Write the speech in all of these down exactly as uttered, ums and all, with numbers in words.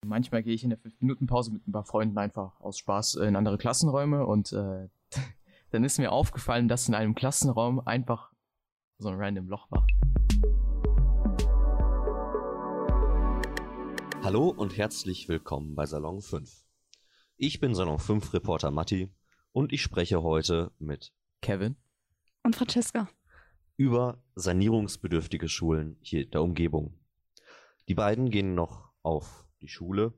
manchmal gehe ich in der fünf Minuten Pause mit ein paar Freunden einfach aus Spaß in andere Klassenräume und äh, dann ist mir aufgefallen, dass in einem Klassenraum einfach so ein random Loch war. Hallo und herzlich willkommen bei Salon fünf. Ich bin Salon fünf Reporter Matti und ich spreche heute mit Kevin und Francesca über sanierungsbedürftige Schulen hier der Umgebung. Die beiden gehen noch auf die Schule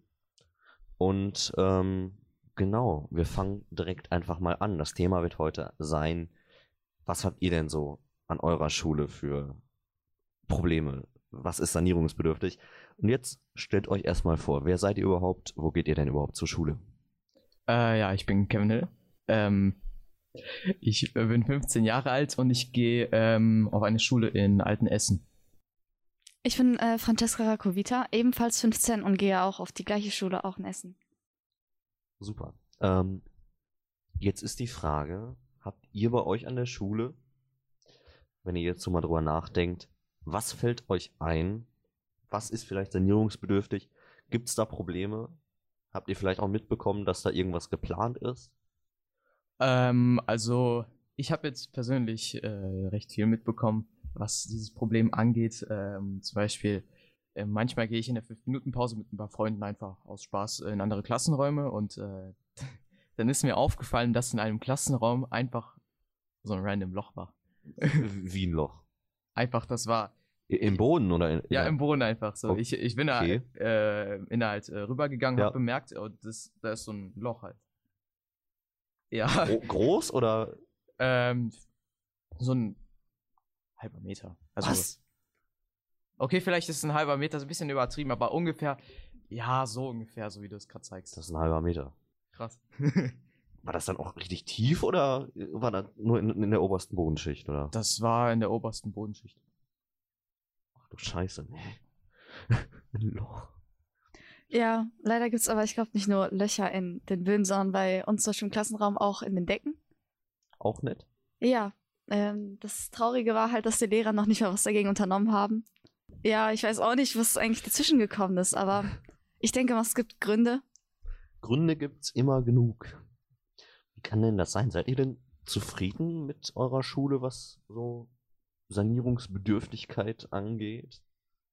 und ähm, genau, wir fangen direkt einfach mal an. Das Thema wird heute sein, was habt ihr denn so an eurer Schule für Probleme? Was ist sanierungsbedürftig? Und jetzt stellt euch erstmal vor, wer seid ihr überhaupt? Wo geht ihr denn überhaupt zur Schule? Äh, ja, ich bin Kevin Hill. Ähm, ich bin fünfzehn Jahre alt und ich gehe ähm, auf eine Schule in Altenessen. Ich bin äh, Francesca Rakovita, ebenfalls fünfzehn und gehe auch auf die gleiche Schule, auch in Essen. Super. Ähm, jetzt ist die Frage, habt ihr bei euch an der Schule, wenn ihr jetzt so mal drüber nachdenkt, was fällt euch ein? Was ist vielleicht sanierungsbedürftig? Gibt es da Probleme? Habt ihr vielleicht auch mitbekommen, dass da irgendwas geplant ist? Ähm, also ich habe jetzt persönlich äh, recht viel mitbekommen, was dieses Problem angeht. Ähm, zum Beispiel, äh, manchmal gehe ich in der fünf Minuten Pause mit ein paar Freunden einfach aus Spaß in andere Klassenräume und äh, dann ist mir aufgefallen, dass in einem Klassenraum einfach so ein random Loch war. Wie ein Loch? Einfach, das war... Im Boden oder? In, ja, im Boden einfach so. Okay. Ich, ich bin da äh, in halt äh, rübergegangen, ja. hab bemerkt, oh, das, da ist so ein Loch halt. Ja. Gro groß oder? Ähm, so ein halber Meter. Also, was? Okay, vielleicht ist ein halber Meter so ein bisschen übertrieben, aber ungefähr, ja, so ungefähr, so wie du es gerade zeigst. Das ist ein halber Meter. Krass. War das dann auch richtig tief oder war das nur in, in der obersten Bodenschicht, oder? Das war in der obersten Bodenschicht. Ach du Scheiße, nee. Ein Loch. Ja, leider gibt's aber, ich glaube, nicht nur Löcher in den Böden, sondern bei uns zum Beispiel im Klassenraum auch in den Decken. Auch nett? Ja, ähm, das Traurige war halt, dass die Lehrer noch nicht mal was dagegen unternommen haben. Ja, ich weiß auch nicht, was eigentlich dazwischen gekommen ist, aber ich denke mal, es gibt Gründe. Gründe gibt's immer genug. Wie kann denn das sein? Seid ihr denn zufrieden mit eurer Schule, was so Sanierungsbedürftigkeit angeht?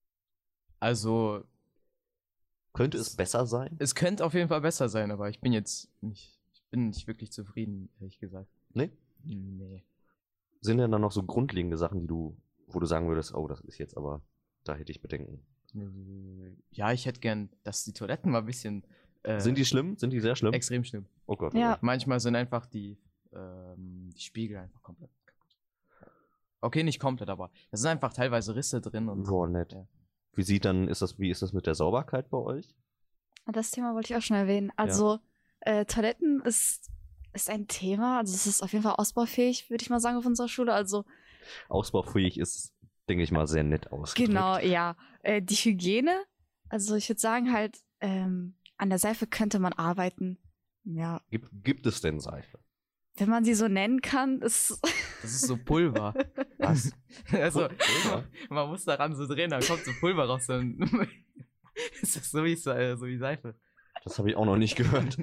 Also... Könnte es besser sein? Es könnte auf jeden Fall besser sein, aber ich bin jetzt nicht, ich bin nicht wirklich zufrieden, ehrlich gesagt. Nee? Nee. Sind denn da noch so grundlegende Sachen, die du, wo du sagen würdest, oh, das ist jetzt aber, da hätte ich Bedenken? Ja, ich hätte gern, dass die Toiletten mal ein bisschen... Äh, sind die schlimm? Sind die sehr schlimm? Extrem schlimm. Oh Gott. Ja. Oh Gott. Manchmal sind einfach die, ähm, die Spiegel einfach komplett kaputt. Okay, nicht komplett, aber es sind einfach teilweise Risse drin und... Boah, nett. Ja. Wie sieht dann, ist das, wie ist das mit der Sauberkeit bei euch? Das Thema wollte ich auch schon erwähnen. Also, ja. äh, Toiletten ist, ist ein Thema, also es ist auf jeden Fall ausbaufähig, würde ich mal sagen, auf unserer Schule. Also ausbaufähig ist, denke ich mal, sehr nett ausgedrückt. Genau, ja. Äh, die Hygiene, also ich würde sagen halt, ähm, an der Seife könnte man arbeiten. Ja. Gibt, gibt es denn Seife? Wenn man sie so nennen kann, ist... Das ist so Pulver. Was? Also, Pulver? Man muss daran so drehen, dann kommt so Pulver raus, dann ist das so wie, so wie Seife. Das habe ich auch noch nicht gehört.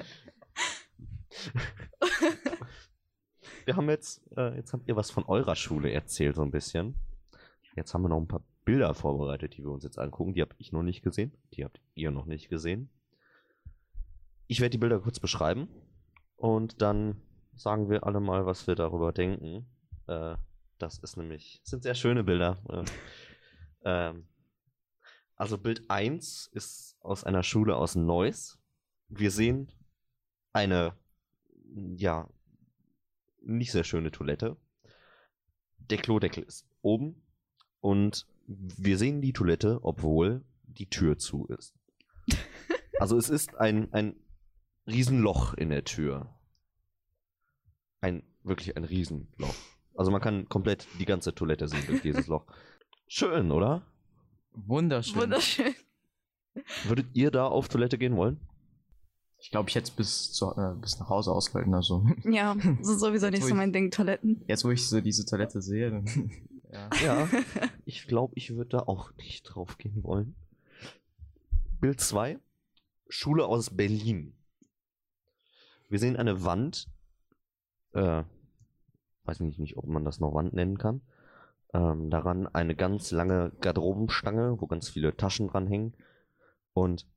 Wir haben jetzt, äh, jetzt habt ihr was von eurer Schule erzählt, so ein bisschen. Jetzt haben wir noch ein paar Bilder vorbereitet, die wir uns jetzt angucken. Die habe ich noch nicht gesehen. Die habt ihr noch nicht gesehen. Ich werde die Bilder kurz beschreiben und dann sagen wir alle mal, was wir darüber denken. Äh, das ist nämlich, sind sehr schöne Bilder. Äh, ähm, also Bild eins ist aus einer Schule aus Neuss. Wir sehen eine, ja, nicht sehr schöne Toilette. Der Klodeckel ist oben und wir sehen die Toilette, obwohl die Tür zu ist. Also es ist ein, ein Riesenloch in der Tür. Ein, wirklich ein Riesenloch. Also man kann komplett die ganze Toilette sehen durch dieses Loch. Schön, oder? Wunderschön. Wunderschön. Würdet ihr da auf Toilette gehen wollen? Ich glaube, ich hätte es bis, zu, äh, bis nach Hause ausgehalten. Also. Ja, das ist sowieso nicht so mein Ding, Toiletten. Jetzt, wo ich so diese Toilette sehe, dann, ja. Ja, ich glaube, ich würde da auch nicht drauf gehen wollen. Bild zwei. Schule aus Berlin. Wir sehen eine Wand. Äh, weiß nicht, nicht, ob man das noch Wand nennen kann. Ähm, daran eine ganz lange Garderobenstange, wo ganz viele Taschen dran hängen. Und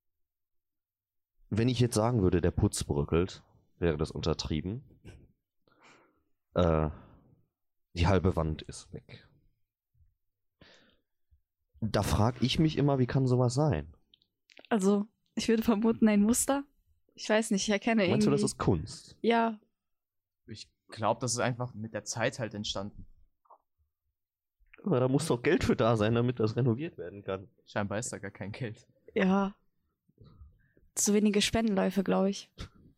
wenn ich jetzt sagen würde, der Putz bröckelt, wäre das untertrieben. Äh, die halbe Wand ist weg. Da frage ich mich immer, wie kann sowas sein? Also, ich würde vermuten, ein Muster. Ich weiß nicht, ich erkenne Meinst du, irgendwie... das ist Kunst? Ja, Ich glaube, das ist einfach mit der Zeit halt entstanden. Aber da muss doch Geld für da sein, damit das renoviert werden kann. Scheinbar ist da gar kein Geld. ja. Zu wenige Spendenläufe, glaube ich.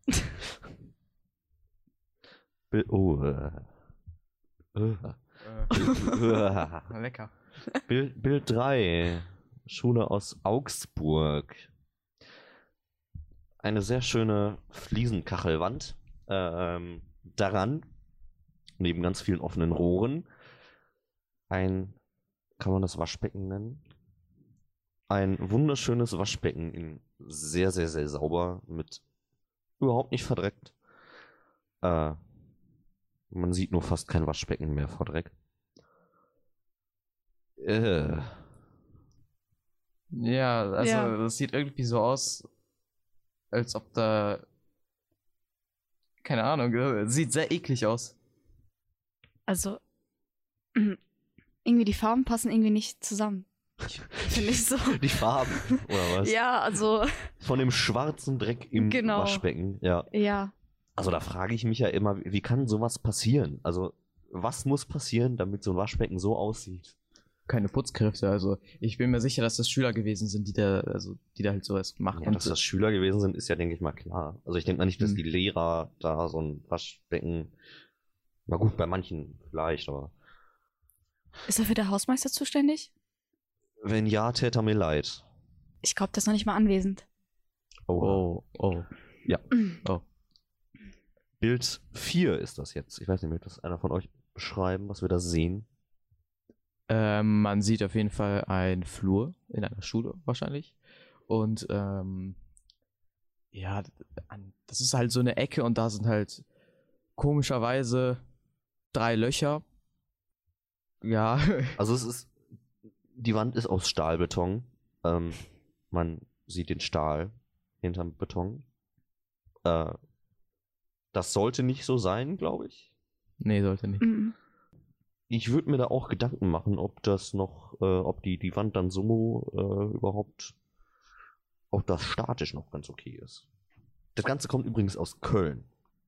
Bil- Oh. Äh. Äh. Äh, Äh. lecker. Bild, Bild drei. Schule aus Augsburg. Eine sehr schöne Fliesenkachelwand. Ähm, daran, neben ganz vielen offenen Rohren, ein, kann man das Waschbecken nennen? Ein wunderschönes Waschbecken, in sehr, sehr, sehr sauber, mit überhaupt nicht verdreckt. Äh, man sieht nur fast kein Waschbecken mehr vor Dreck. Äh. Ja, also Ja. das sieht irgendwie so aus, als ob da, keine Ahnung, äh, sieht sehr eklig aus. Also, irgendwie die Farben passen irgendwie nicht zusammen. Finde ich so. Die Farben, oder was? Ja, also, Von dem schwarzen Dreck im Genau. Waschbecken, ja. ja. Also da frage ich mich ja immer, wie kann sowas passieren? Also, was muss passieren, damit so ein Waschbecken so aussieht? Keine Putzkräfte, also ich bin mir sicher, dass das Schüler gewesen sind, die da, also die da halt sowas machen. Ja, dass das Schüler gewesen sind, ist ja, denke ich mal, klar. Also ich denke mal nicht, dass Hm. die Lehrer da so ein Waschbecken, na gut, bei manchen vielleicht, aber Ist dafür der Hausmeister zuständig? wenn ja, täte mir leid. Ich glaube, der ist noch nicht mal anwesend. Oh, oh. Oh. Bild vier ist das jetzt. Ich weiß nicht, möchte das einer von euch beschreiben, was wir da sehen? Ähm, man sieht auf jeden Fall einen Flur in einer Schule wahrscheinlich. Und ähm, ja, an- das ist halt so eine Ecke und da sind halt komischerweise drei Löcher. Ja, Also es ist, die Wand ist aus Stahlbeton. Ähm, man sieht den Stahl hinterm Beton. Äh, das sollte nicht so sein, glaube ich. nee, sollte nicht. Mhm. Ich würde mir da auch Gedanken machen, ob das noch, äh, ob die, die Wand dann so äh, überhaupt, ob das statisch noch ganz okay ist. Das Ganze kommt übrigens aus Köln.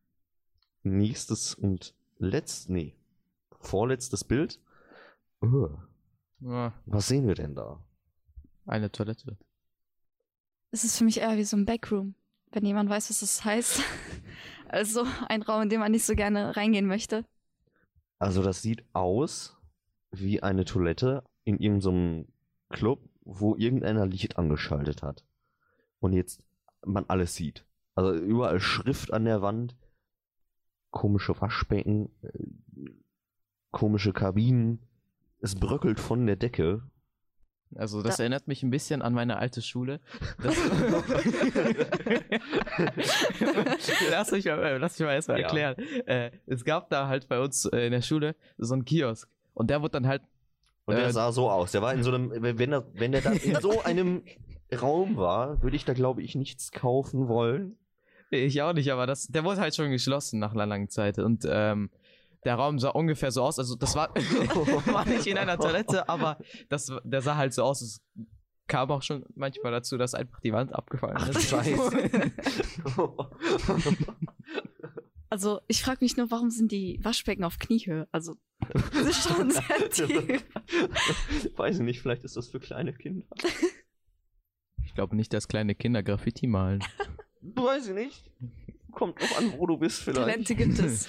Nächstes und letzt, nee, vorletztes Bild. Uh, Ja, was sehen wir denn da? eine Toilette. Es ist für mich eher wie so ein Backroom, wenn jemand weiß, was das heißt. Also ein Raum, in den man nicht so gerne reingehen möchte. Also das sieht aus wie eine Toilette in irgendeinem Club, wo irgendeiner Licht angeschaltet hat. Und jetzt man alles sieht. Also überall Schrift an der Wand, komische Waschbecken, äh, komische Kabinen. Es bröckelt von der Decke. Also das Da- erinnert mich ein bisschen an meine alte Schule. Das lass mich mal, lass mich mal erstmal Ja. erklären. Äh, es gab da halt bei uns äh, in der Schule so einen Kiosk. Und der wurde dann halt, Und der Äh, sah so aus. Der war in so einem, wenn er, wenn der da in so einem Raum war, würde ich da, glaube ich, nichts kaufen wollen. ich auch nicht, aber das, der wurde halt schon geschlossen nach einer langen Zeit. Und ähm, der Raum sah ungefähr so aus. Also das war, war nicht in einer Toilette, aber das, der sah halt so aus. Es kam auch schon manchmal dazu, dass einfach die Wand abgefallen Ach, ist. Scheiße. Also ich frage mich nur, warum sind die Waschbecken auf Kniehöhe? Also das ist schon sehr tief. Weiß ich nicht, vielleicht ist das für kleine Kinder. Ich glaube nicht, dass kleine Kinder Graffiti malen. Weiß ich nicht. Kommt noch an, wo du bist vielleicht. Talente gibt es.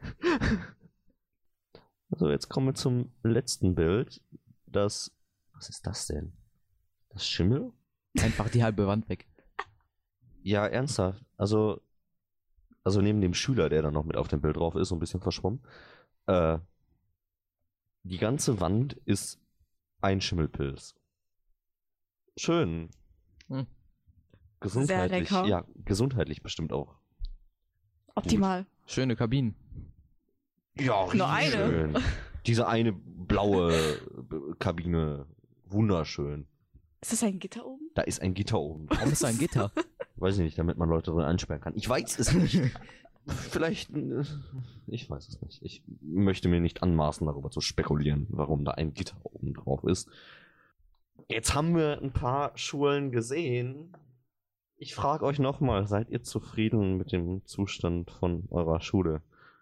Also jetzt kommen wir zum letzten Bild. Das, was ist das denn? Das Schimmel? Einfach die halbe Wand weg. Ja, ernsthaft. Also, also neben dem Schüler, der da noch mit auf dem Bild drauf ist, so ein bisschen verschwommen. Äh, die ganze Wand ist ein Schimmelpilz. Schön. Hm. Gesundheitlich, lecker. ja, gesundheitlich bestimmt auch. Optimal. Schöne Kabinen. Ja, richtig Nur eine? schön. Diese eine blaue äh, Kabine, wunderschön. Ist das ein Gitter oben? Da ist ein Gitter oben. Warum ist da ein Gitter? Weiß ich nicht, damit man Leute drin einsperren kann. Ich weiß es nicht. Vielleicht, äh, ich weiß es nicht. Ich möchte mir nicht anmaßen, darüber zu spekulieren, warum da ein Gitter oben drauf ist. Jetzt haben wir ein paar Schulen gesehen. Ich frage euch nochmal, seid ihr zufrieden mit dem Zustand von eurer Schule?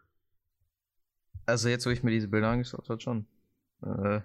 Also jetzt, wo ich mir diese Bilder angeschaut habe, schon. Äh.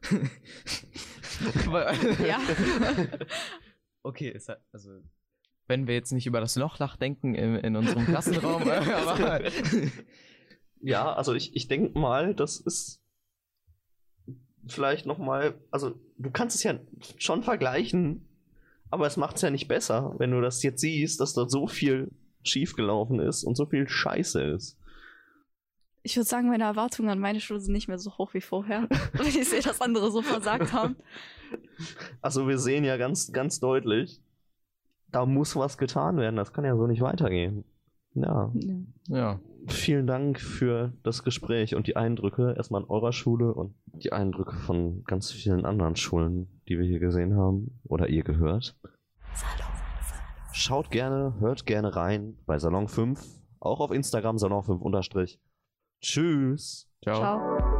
Ja. Okay, ist halt, also wenn wir jetzt nicht über das Loch nachdenken in, in unserem Klassenraum, äh, aber Ja, also ich, ich denke mal, das ist vielleicht nochmal, also du kannst es ja schon vergleichen, aber es macht es ja nicht besser, wenn du das jetzt siehst, dass dort so viel schiefgelaufen ist und so viel Scheiße ist. Ich würde sagen, meine Erwartungen an meine Schule sind nicht mehr so hoch wie vorher, weil ich sehe, dass andere so versagt haben. Also wir sehen ja ganz, ganz deutlich, da muss was getan werden, das kann ja so nicht weitergehen. Ja, Ja. ja. vielen Dank für das Gespräch und die Eindrücke erstmal an eurer Schule und die Eindrücke von ganz vielen anderen Schulen, die wir hier gesehen haben oder ihr gehört. Schaut gerne, hört gerne rein bei Salon fünf, auch auf Instagram Salon fünf unterstrich. Tschüss. Ciao. Ciao.